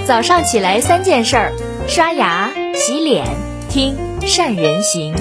早上起来3件事儿：刷牙、洗脸、听善人行。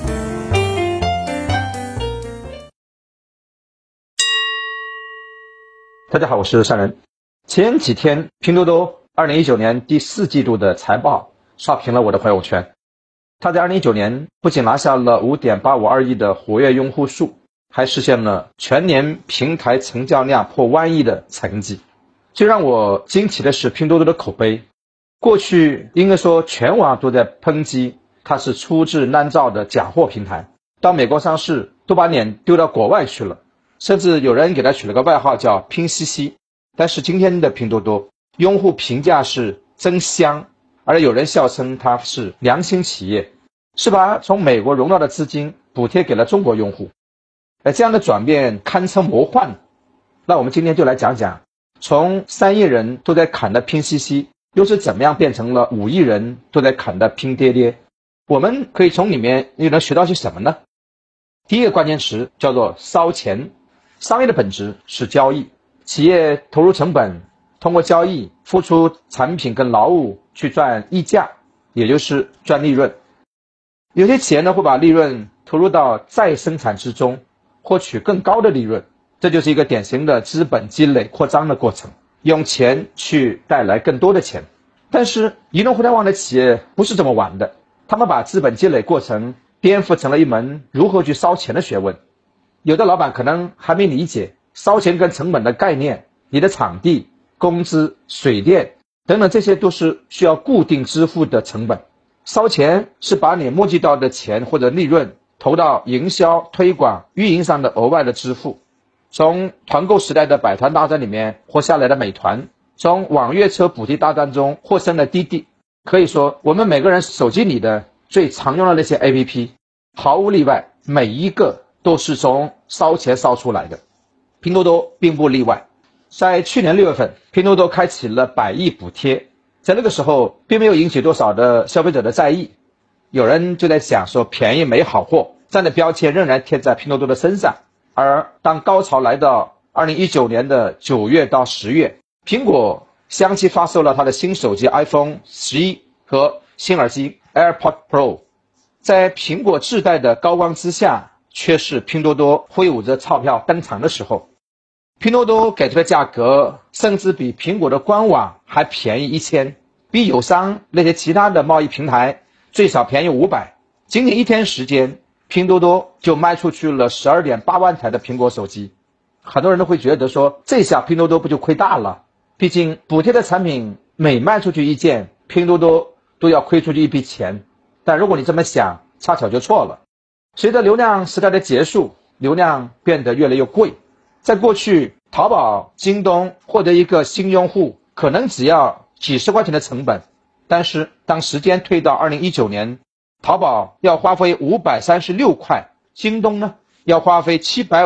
大家好，我是善人。前几天拼多多2019年第4季度的财报刷屏了我的朋友圈。它在2019年不仅拿下了 5.852 亿的活跃用户数，还实现了全年平台成交量破1万亿的成绩。最让我惊奇的是拼多多的口碑。过去应该说全网都在抨击它是粗制滥造的假货平台，到美国上市都把脸丢到国外去了，甚至有人给它取了个外号叫拼夕夕。但是今天的拼多多用户评价是真香，而有人笑称它是良心企业，是把从美国融到的资金补贴给了中国用户。这样的转变堪称魔幻。那我们今天就来讲讲，从3亿人都在砍的拼夕夕，又是怎么样变成了5亿人都在砍的拼爹爹。我们可以从里面又能学到些什么呢？第一个关键词叫做烧钱。商业的本质是交易，企业投入成本，通过交易付出产品跟劳务去赚溢价，也就是赚利润。有些企业呢会把利润投入到再生产之中，获取更高的利润，这就是一个典型的资本积累扩张的过程，用钱去带来更多的钱。但是移动互联网的企业不是这么玩的，他们把资本积累过程颠覆成了一门如何去烧钱的学问。有的老板可能还没理解烧钱跟成本的概念，你的场地、工资、水电等等，这些都是需要固定支付的成本。烧钱是把你募集到的钱或者利润投到营销、推广、运营上的额外的支付。从团购时代的百团大战里面活下来的美团，从网约车补贴大战中获胜的滴滴，可以说我们每个人手机里的最常用的那些 APP， 毫无例外，每一个都是从烧钱烧出来的。拼多多并不例外。在去年6月份，拼多多开启了100亿补贴，在那个时候并没有引起多少的消费者的在意，有人就在想说便宜没好货，这样的标签仍然贴在拼多多的身上。而当高潮来到2019年的9月到10月，苹果相继发售了它的新手机 iPhone 11和新耳机 AirPods Pro。 在苹果自带的高光之下，却是拼多多挥舞着钞票登场的时候。拼多多给出的价格甚至比苹果的官网还便宜1000，比友商那些其他的贸易平台最少便宜500。仅仅1天时间，拼多多就卖出去了 12.8 万台的苹果手机。很多人都会觉得说，这下拼多多不就亏大了？毕竟补贴的产品每卖出去1件，拼多多都要亏出去一笔钱。但如果你这么想，恰巧就错了。随着流量时代的结束，流量变得越来越贵。在过去，淘宝、京东获得一个新用户可能只要几十块钱的成本，但是当时间推到2019年，淘宝要花费536块，京东呢要花费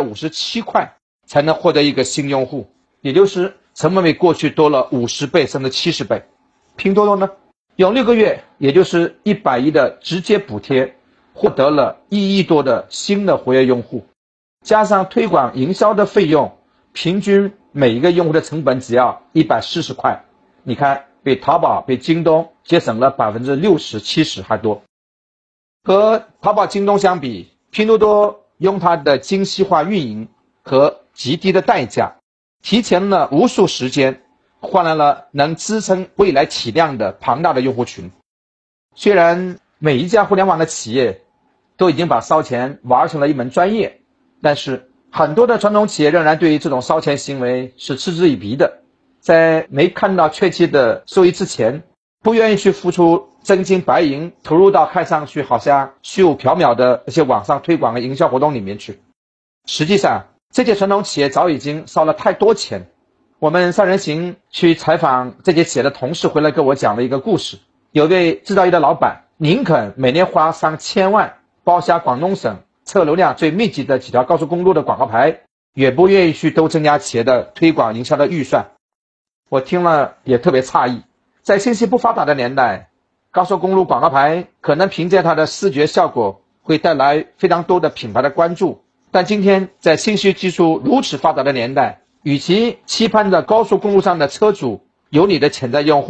757块才能获得一个新用户，也就是成本比过去多了50倍甚至70倍。拼多多呢用6个月，也就是100亿的直接补贴，获得了1亿多的新的活跃用户，加上推广营销的费用，平均每一个用户的成本只要140块。你看，比淘宝、比京东节省了60%、70%还多。和淘宝、京东相比，拼多多用它的精细化运营和极低的代价，提前了无数时间，换来了能支撑未来体量的庞大的用户群。虽然每一家互联网的企业都已经把烧钱玩成了一门专业，但是很多的传统企业仍然对于这种烧钱行为是嗤之以鼻的。在没看到确切的收益之前，不愿意去付出真金白银，投入到看上去好像虚无缥缈的一些网上推广和营销活动里面去。实际上，这些传统企业早已经烧了太多钱。我们善人行去采访这些企业的同事回来跟我讲了一个故事。有位制造业的老板，宁肯每年花上千万包下广东省车流量最密集的几条高速公路的广告牌，也不愿意去多增加企业的推广营销的预算。我听了也特别诧异。在信息不发达的年代，高速公路广告牌可能凭借它的视觉效果会带来非常多的品牌的关注，但今天在信息技术如此发达的年代，与其期盼着高速公路上的车主有你的潜在用户，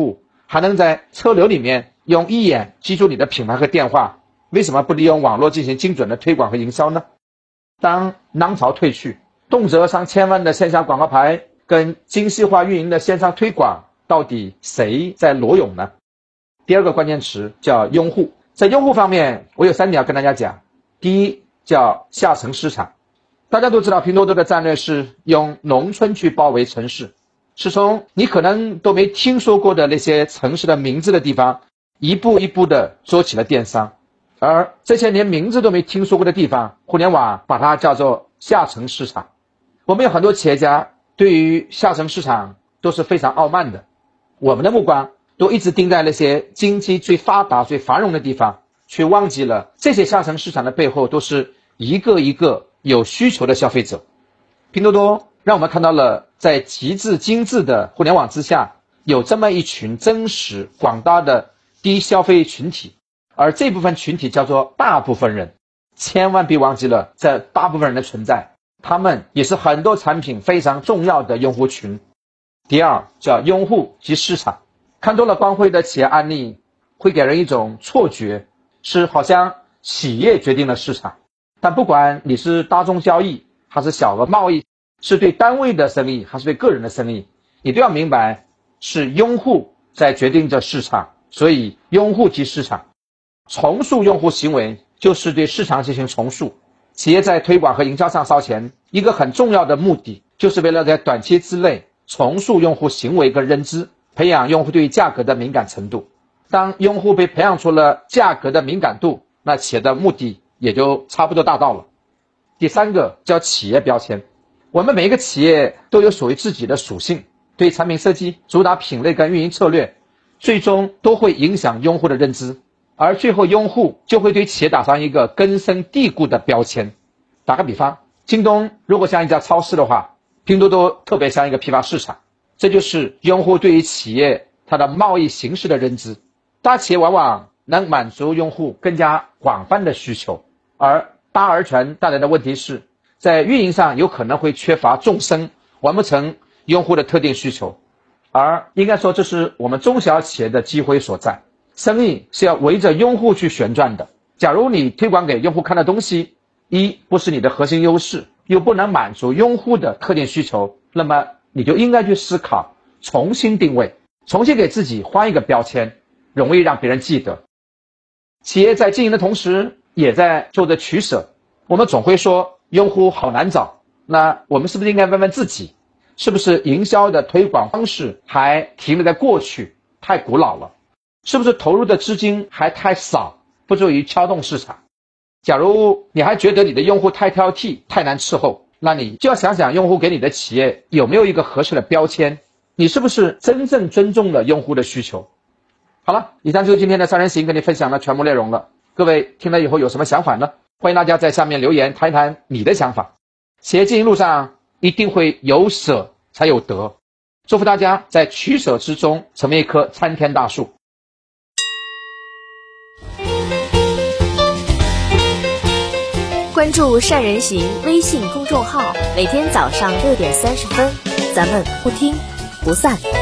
还能在车流里面用一眼记住你的品牌和电话，为什么不利用网络进行精准的推广和营销呢？当浪潮退去，动辄上千万的线下广告牌跟精细化运营的线上推广，到底谁在裸泳呢？第二个关键词叫拥护。在拥护方面，我有3点要跟大家讲。第一，叫下沉市场。大家都知道拼多多的战略是用农村去包围城市，是从你可能都没听说过的那些城市的名字的地方，一步一步的做起了电商。而这些连名字都没听说过的地方，互联网把它叫做下沉市场。我们有很多企业家对于下沉市场都是非常傲慢的，我们的目光都一直盯在那些经济最发达最繁荣的地方，却忘记了这些下沉市场的背后都是一个一个有需求的消费者。拼多多让我们看到了在极致精致的互联网之下，有这么一群真实广大的低消费群体，而这部分群体叫做大部分人。千万别忘记了这大部分人的存在，他们也是很多产品非常重要的用户群。第二，叫用户及市场。看多了光辉的企业案例，会给人一种错觉，是好像企业决定了市场。但不管你是大宗交易还是小额贸易，是对单位的生意还是对个人的生意，你都要明白是用户在决定着市场。所以用户及市场，重塑用户行为就是对市场进行重塑。企业在推广和营销上烧钱，一个很重要的目的就是为了在短期之内重塑用户行为跟认知，培养用户对价格的敏感程度。当用户被培养出了价格的敏感度，那企业的目的也就差不多达到了。第三个叫企业标签。我们每一个企业都有属于自己的属性，对产品设计、主打品类跟运营策略，最终都会影响用户的认知，而最后用户就会对企业打上一个根深蒂固的标签。打个比方，京东如果像一家超市的话，拼多多特别像一个批发市场。这就是用户对于企业它的贸易形式的认知。大企业往往能满足用户更加广泛的需求，而大而全带来的问题是，在运营上有可能会缺乏纵深，完不成用户的特定需求。而应该说这是我们中小企业的机会所在。生意是要围着用户去旋转的。假如你推广给用户看的东西，一不是你的核心优势，又不能满足用户的特定需求，那么你就应该去思考重新定位，重新给自己换一个标签，容易让别人记得。企业在经营的同时也在做着取舍。我们总会说用户好难找，那我们是不是应该问问自己，是不是营销的推广方式还停留在过去，太古老了？是不是投入的资金还太少，不足以撬动市场？假如你还觉得你的用户太挑剔，太难伺候，那你就要想想用户给你的企业有没有一个合适的标签，你是不是真正尊重了用户的需求？好了，以上就是今天的三人行跟你分享的全部内容了。各位听了以后有什么想法呢？欢迎大家在下面留言谈一谈你的想法。企业经营路上一定会有舍才有得，祝福大家在取舍之中成为一棵参天大树。 关注善人行微信公众号，每天早上6点30分，咱们不听不散。